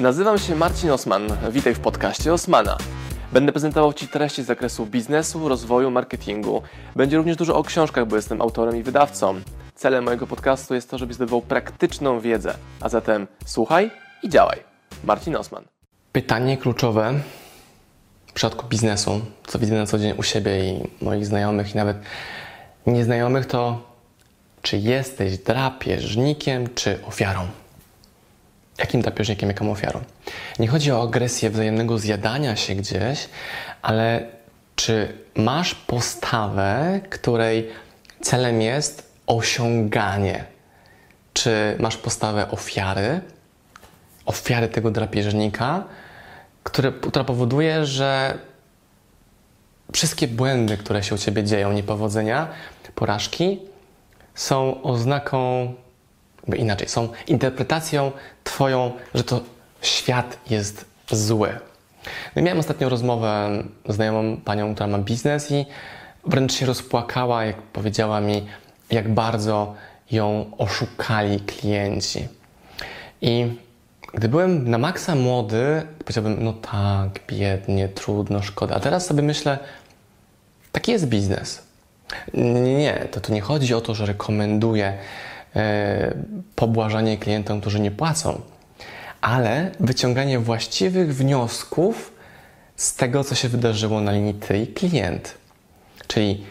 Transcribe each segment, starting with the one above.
Nazywam się Marcin Osman. Witaj w podcaście Osmana. Będę prezentował Ci treści z zakresu biznesu, rozwoju, marketingu. Będzie również dużo o książkach, bo jestem autorem i wydawcą. Celem mojego podcastu jest to, żebyś zdobywał praktyczną wiedzę. A zatem słuchaj i działaj. Marcin Osman. Pytanie kluczowe w przypadku biznesu, co widzę na co dzień u siebie i moich znajomych i nawet nieznajomych, to czy jesteś drapieżnikiem czy ofiarą? Jakim drapieżnikiem, jaką ofiarą? Nie chodzi o agresję wzajemnego zjadania się gdzieś, ale czy masz postawę, której celem jest osiąganie? Czy masz postawę ofiary tego drapieżnika, która powoduje, że wszystkie błędy, które się u Ciebie dzieją, niepowodzenia, porażki, są oznaką, inaczej, są interpretacją Twoją, że to świat jest zły. No i miałem ostatnią rozmowę z znajomą panią, która ma biznes i wręcz się rozpłakała, jak powiedziała mi, jak bardzo ją oszukali klienci. I gdy byłem na maksa młody, powiedziałbym, no tak, biednie, trudno, szkoda. A teraz sobie myślę, taki jest biznes. Nie, to tu nie chodzi o to, że rekomenduję pobłażanie klientom, którzy nie płacą, ale wyciąganie właściwych wniosków z tego, co się wydarzyło na linii ty i klient. Czyli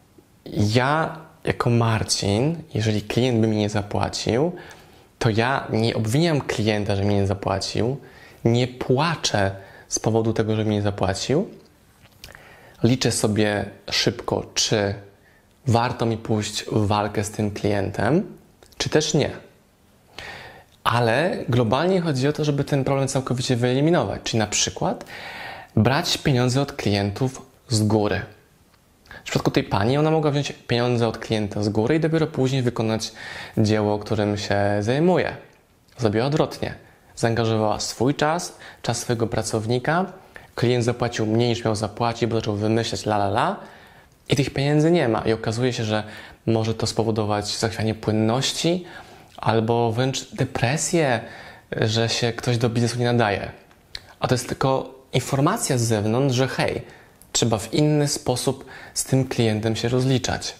ja jako Marcin, jeżeli klient by mi nie zapłacił, to ja nie obwiniam klienta, że mi nie zapłacił, nie płaczę z powodu tego, że mi nie zapłacił, liczę sobie szybko, czy warto mi pójść w walkę z tym klientem, czy też nie. Ale globalnie chodzi o to, żeby ten problem całkowicie wyeliminować. Czyli na przykład brać pieniądze od klientów z góry. W przypadku tej pani ona mogła wziąć pieniądze od klienta z góry i dopiero później wykonać dzieło, którym się zajmuje. Zrobiła odwrotnie. Zaangażowała swój czas swojego pracownika. Klient zapłacił mniej niż miał zapłacić, bo zaczął wymyślać i tych pieniędzy nie ma. I okazuje się, że może to spowodować zachwianie płynności albo wręcz depresję, że się ktoś do biznesu nie nadaje. A to jest tylko informacja z zewnątrz, że hej, trzeba w inny sposób z tym klientem się rozliczać.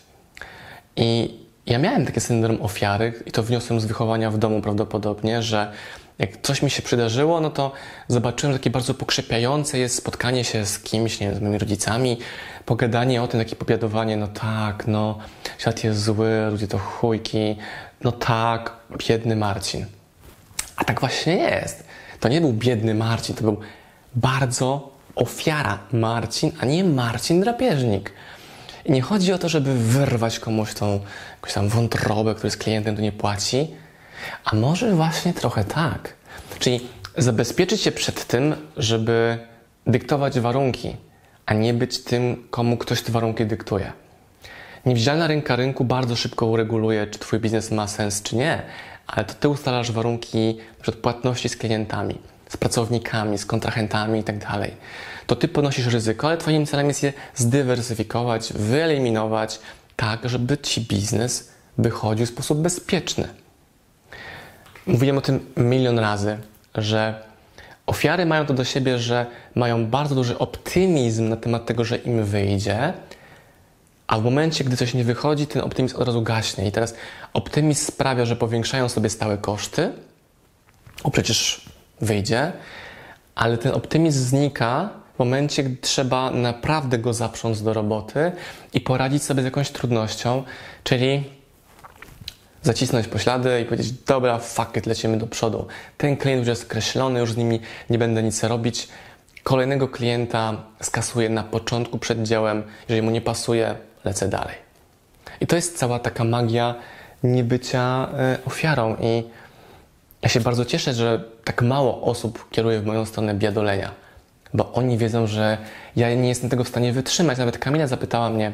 I ja miałem taki syndrom ofiary i to wniosłem z wychowania w domu prawdopodobnie, że jak coś mi się przydarzyło, no to zobaczyłem, że takie bardzo pokrzepiające jest spotkanie się z kimś, nie wiem, z moimi rodzicami, pogadanie o tym, takie pobiadowanie, no tak, no świat jest zły, ludzie to chujki, no tak, biedny Marcin. A tak właśnie jest. To nie był biedny Marcin, to był bardzo ofiara Marcin, a nie Marcin drapieżnik. I nie chodzi o to, żeby wyrwać komuś tą jakąś tam wątrobę, który z klientem tu nie płaci, a może właśnie trochę tak. Czyli zabezpieczyć się przed tym, żeby dyktować warunki, a nie być tym, komu ktoś te warunki dyktuje. Niewidzialna ręka rynku bardzo szybko ureguluje, czy Twój biznes ma sens, czy nie, ale to Ty ustalasz warunki np. płatności z klientami, z pracownikami, z kontrahentami itd. To Ty ponosisz ryzyko, ale Twoim celem jest je zdywersyfikować, wyeliminować tak, żeby Ci biznes wychodził w sposób bezpieczny. Mówiłem o tym milion razy, że ofiary mają to do siebie, że mają bardzo duży optymizm na temat tego, że im wyjdzie, a w momencie, gdy coś nie wychodzi, ten optymizm od razu gaśnie. I teraz optymizm sprawia, że powiększają sobie stałe koszty, przecież wyjdzie, ale ten optymizm znika w momencie, gdy trzeba naprawdę go zaprząc do roboty i poradzić sobie z jakąś trudnością, czyli zacisnąć poślady i powiedzieć, dobra, fuck it, lecimy do przodu. Ten klient już jest skreślony, już z nimi nie będę nic robić. Kolejnego klienta skasuję na początku przed dziełem. Jeżeli mu nie pasuje, lecę dalej. I to jest cała taka magia niebycia ofiarą. I ja się bardzo cieszę, że tak mało osób kieruje w moją stronę biadolenia. Bo oni wiedzą, że ja nie jestem tego w stanie wytrzymać. Nawet Kamila zapytała mnie,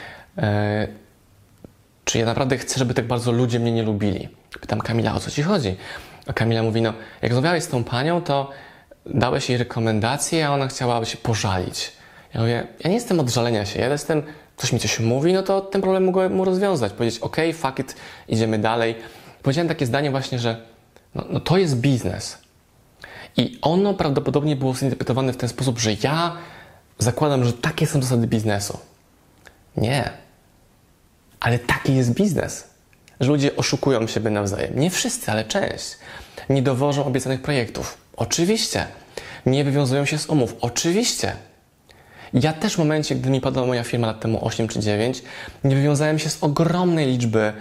czy ja naprawdę chcę, żeby tak bardzo ludzie mnie nie lubili. Pytam Kamila, o co Ci chodzi? A Kamila mówi, no jak rozmawiałeś z tą panią, to dałeś jej rekomendacje, a ona chciała się pożalić. Ja mówię, ja nie jestem od żalenia się, ja jestem, ktoś mi coś mówi, no to ten problem mogę mu rozwiązać. Powiedzieć, ok, fuck it, idziemy dalej. Powiedziałem takie zdanie właśnie, że no to jest biznes. I ono prawdopodobnie było zinterpretowane w ten sposób, że ja zakładam, że takie są zasady biznesu. Nie. Ale taki jest biznes. Że ludzie oszukują siebie nawzajem. Nie wszyscy, ale część. Nie dowożą obiecanych projektów. Oczywiście. Nie wywiązują się z umów. Oczywiście. Ja też w momencie, gdy mi padła moja firma lat temu 8 czy 9, nie wywiązałem się z ogromnej liczby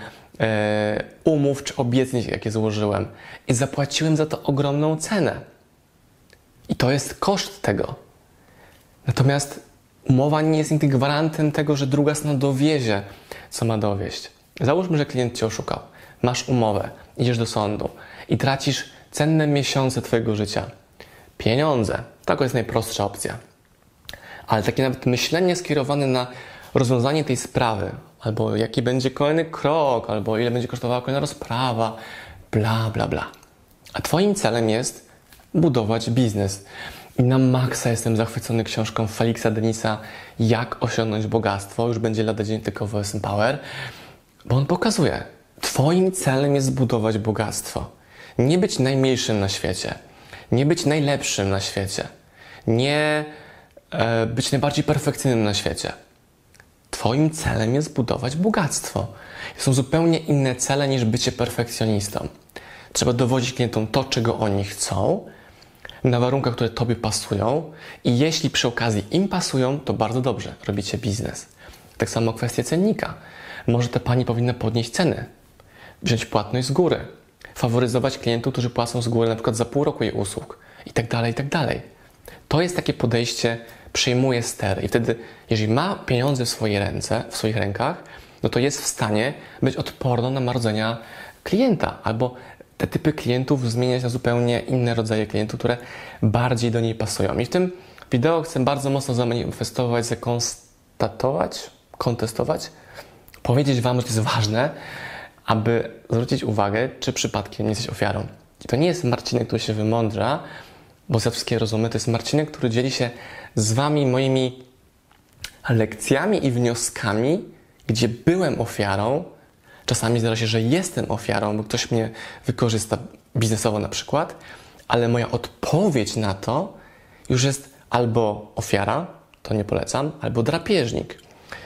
umów czy obietnic, jakie złożyłem. I zapłaciłem za to ogromną cenę. I to jest koszt tego. Natomiast umowa nie jest nigdy gwarantem tego, że druga strona dowiezie, co ma dowieść. Załóżmy, że klient Cię oszukał. Masz umowę, idziesz do sądu i tracisz cenne miesiące Twojego życia. Pieniądze. To jest najprostsza opcja. Ale takie nawet myślenie skierowane na rozwiązanie tej sprawy, albo jaki będzie kolejny krok, albo ile będzie kosztowała kolejna rozprawa, bla, bla, bla. A Twoim celem jest budować biznes. I na maksa jestem zachwycony książką Felixa Denisa Jak osiągnąć bogactwo. Już będzie lada dzień tylko w OSM Power. Bo on pokazuje, Twoim celem jest zbudować bogactwo. Nie być najmniejszym na świecie. Nie być najlepszym na świecie. Nie być najbardziej perfekcyjnym na świecie. Twoim celem jest budować bogactwo. To są zupełnie inne cele niż bycie perfekcjonistą. Trzeba dowodzić klientom to, czego oni chcą, na warunkach, które Tobie pasują i jeśli przy okazji im pasują, to bardzo dobrze, robicie biznes. Tak samo kwestia cennika. Może ta Pani powinna podnieść ceny, wziąć płatność z góry, faworyzować klientów, którzy płacą z góry na przykład za pół roku jej usług i tak dalej, i tak dalej. To jest takie podejście, przejmuje stery i wtedy, jeżeli ma pieniądze w swoich rękach, no to jest w stanie być odporną na marudzenia klienta albo te typy klientów zmieniać na zupełnie inne rodzaje klientów, które bardziej do niej pasują. I w tym wideo chcę bardzo mocno zamanifestować, kontestować, powiedzieć Wam, że to jest ważne, aby zwrócić uwagę, czy przypadkiem nie jesteś ofiarą. I to nie jest Marcinek, który się wymądrza, bo za wszystkie rozumy, to jest Marcinek, który dzieli się z Wami moimi lekcjami i wnioskami, gdzie byłem ofiarą. Czasami zdarza się, że jestem ofiarą, bo ktoś mnie wykorzysta biznesowo na przykład, ale moja odpowiedź na to już jest albo ofiara, to nie polecam, albo drapieżnik.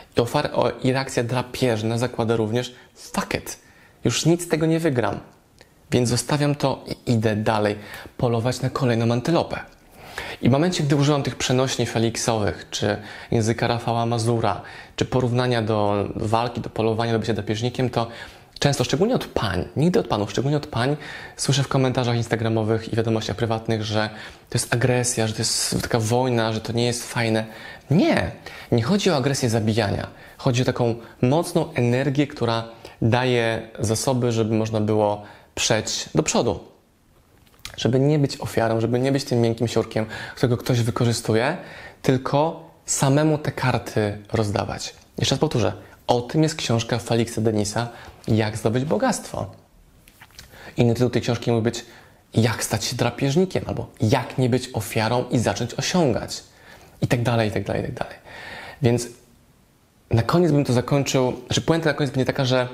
I reakcja drapieżna zakłada również fuck it, już nic z tego nie wygram. Więc zostawiam to i idę dalej polować na kolejną antylopę. I w momencie, gdy używam tych przenośni Felixowych, czy języka Rafała Mazura, czy porównania do walki, do polowania, do bycia drapieżnikiem, to często, szczególnie od pań, nigdy od panów, szczególnie od pań, słyszę w komentarzach instagramowych i wiadomościach prywatnych, że to jest agresja, że to jest taka wojna, że to nie jest fajne. Nie! Nie chodzi o agresję zabijania. Chodzi o taką mocną energię, która daje zasoby, żeby można było przejść do przodu. Żeby nie być ofiarą, żeby nie być tym miękkim siurkiem, którego ktoś wykorzystuje, tylko samemu te karty rozdawać. Jeszcze raz powtórzę. O tym jest książka Felixa Denisa Jak zdobyć bogactwo. Inny tytuł tej książki mógł być Jak stać się drapieżnikiem, albo Jak nie być ofiarą i zacząć osiągać. I tak dalej, i tak dalej, i tak dalej. Więc na koniec bym to zakończył, puenta na koniec będzie taka, że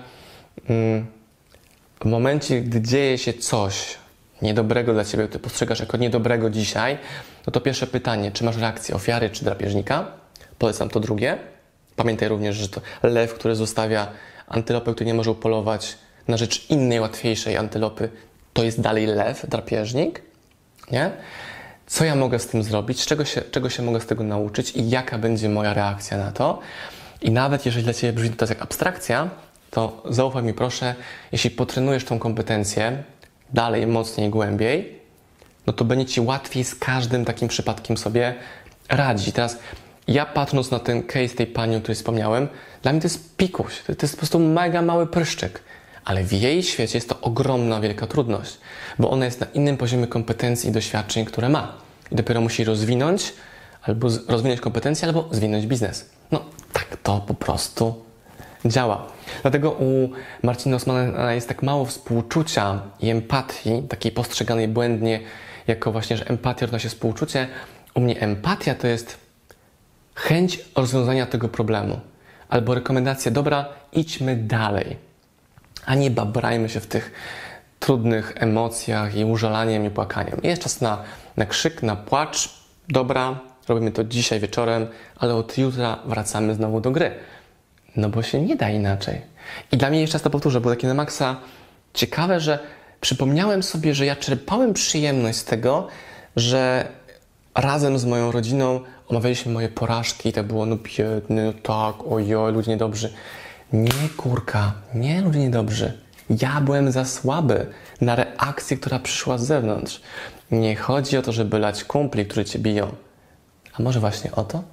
w momencie, gdy dzieje się coś niedobrego dla Ciebie, Ty postrzegasz jako niedobrego dzisiaj, no to pierwsze pytanie, czy masz reakcję ofiary czy drapieżnika? Polecam to drugie. Pamiętaj również, że to lew, który zostawia antylopę, który nie może upolować na rzecz innej, łatwiejszej antylopy, to jest dalej lew, drapieżnik. Nie? Co ja mogę z tym zrobić? Czego się mogę z tego nauczyć? I jaka będzie moja reakcja na to? I nawet jeżeli dla Ciebie brzmi to jak abstrakcja, to zaufaj mi proszę, jeśli potrenujesz tą kompetencję dalej, mocniej, głębiej, no to będzie Ci łatwiej z każdym takim przypadkiem sobie radzić. Teraz ja patrząc na ten case tej pani, o której wspomniałem, dla mnie to jest pikuś, to jest po prostu mega mały pryszczyk, ale w jej świecie jest to ogromna, wielka trudność, bo ona jest na innym poziomie kompetencji i doświadczeń, które ma. I dopiero musi rozwinąć kompetencje, albo zwinąć biznes. No tak to po prostu działa. Dlatego u Marcina Osmana jest tak mało współczucia i empatii, takiej postrzeganej błędnie, jako właśnie, że empatia równa się współczucie. U mnie empatia to jest chęć rozwiązania tego problemu. Albo rekomendacja, dobra, idźmy dalej. A nie babrajmy się w tych trudnych emocjach i użalaniem i płakaniem. Jest czas na krzyk, na płacz. Dobra, robimy to dzisiaj wieczorem, ale od jutra wracamy znowu do gry. No bo się nie da inaczej. I dla mnie, jeszcze raz to powtórzę, było takie na maksa ciekawe, że przypomniałem sobie, że ja czerpałem przyjemność z tego, że razem z moją rodziną omawialiśmy moje porażki i to było, no biedny, no tak, ojoj, ludzie niedobrzy. Nie, kurka, nie ludzie niedobrzy. Ja byłem za słaby na reakcję, która przyszła z zewnątrz. Nie chodzi o to, żeby lać kumpli, którzy cię biją. A może właśnie o to?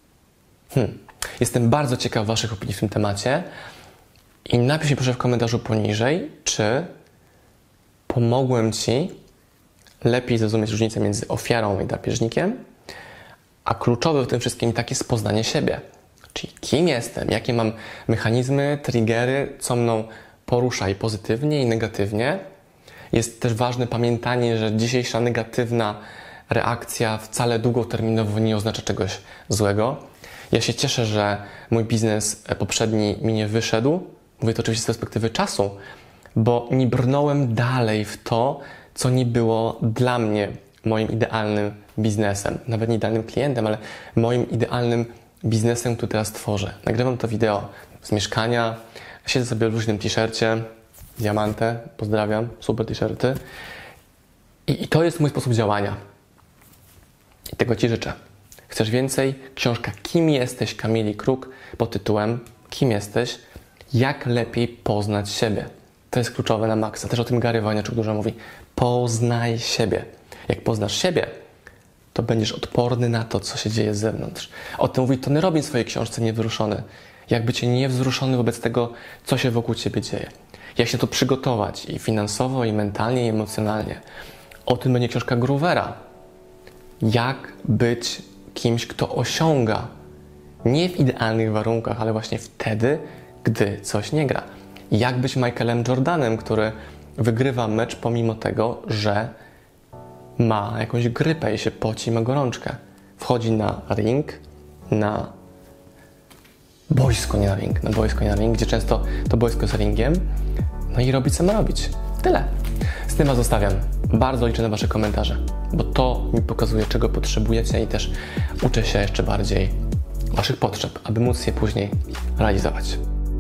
Jestem bardzo ciekaw waszych opinii w tym temacie i napisz mi proszę w komentarzu poniżej, czy pomogłem ci lepiej zrozumieć różnicę między ofiarą i drapieżnikiem, a kluczowe w tym wszystkim tak jest poznanie siebie. Czyli kim jestem, jakie mam mechanizmy, triggery, co mną porusza i pozytywnie i negatywnie. Jest też ważne pamiętanie, że dzisiejsza negatywna reakcja wcale długoterminowo nie oznacza czegoś złego. Ja się cieszę, że mój biznes poprzedni mi nie wyszedł. Mówię to oczywiście z perspektywy czasu, bo nie brnąłem dalej w to, co nie było dla mnie moim idealnym biznesem. Nawet nie idealnym klientem, ale moim idealnym biznesem, który teraz tworzę. Nagrywam to wideo z mieszkania, siedzę sobie w luźnym t-shircie, Diamante, pozdrawiam, super t-shirty. I to jest mój sposób działania. I tego ci życzę. Chcesz więcej? Książka Kim jesteś? Kamili Kruk pod tytułem Kim jesteś? Jak lepiej poznać siebie? To jest kluczowe na maksa. Też o tym Gary Vaynerchuk dużo mówi. Poznaj siebie. Jak poznasz siebie, to będziesz odporny na to, co się dzieje z zewnątrz. O tym mówi Tony Robbins w swojej książce Niewzruszony. Jak być niewzruszony wobec tego, co się wokół ciebie dzieje. Jak się to przygotować i finansowo, i mentalnie, i emocjonalnie. O tym będzie książka Groovera. Jak być kimś, kto osiąga nie w idealnych warunkach, ale właśnie wtedy, gdy coś nie gra. Jak być Michaelem Jordanem, który wygrywa mecz pomimo tego, że ma jakąś grypę i się poci, ma gorączkę. Wchodzi na ring, na boisko, nie na ring, na boisko, nie na ring, gdzie często to boisko jest ringiem, no i robić co ma robić. Tyle. Z tym was zostawiam. Bardzo liczę na wasze komentarze, bo to mi pokazuje, czego potrzebujecie i też uczę się jeszcze bardziej waszych potrzeb, aby móc je później realizować.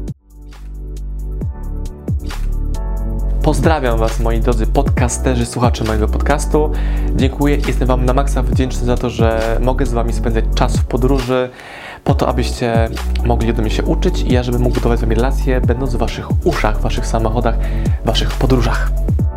Pozdrawiam was, moi drodzy podcasterzy, słuchacze mojego podcastu. Dziękuję i jestem wam na maksa wdzięczny za to, że mogę z wami spędzać czas w podróży, po to, abyście mogli ode mnie się uczyć i ja, żebym mógł budować z wami relacje, będąc w waszych uszach, w waszych samochodach, w waszych podróżach.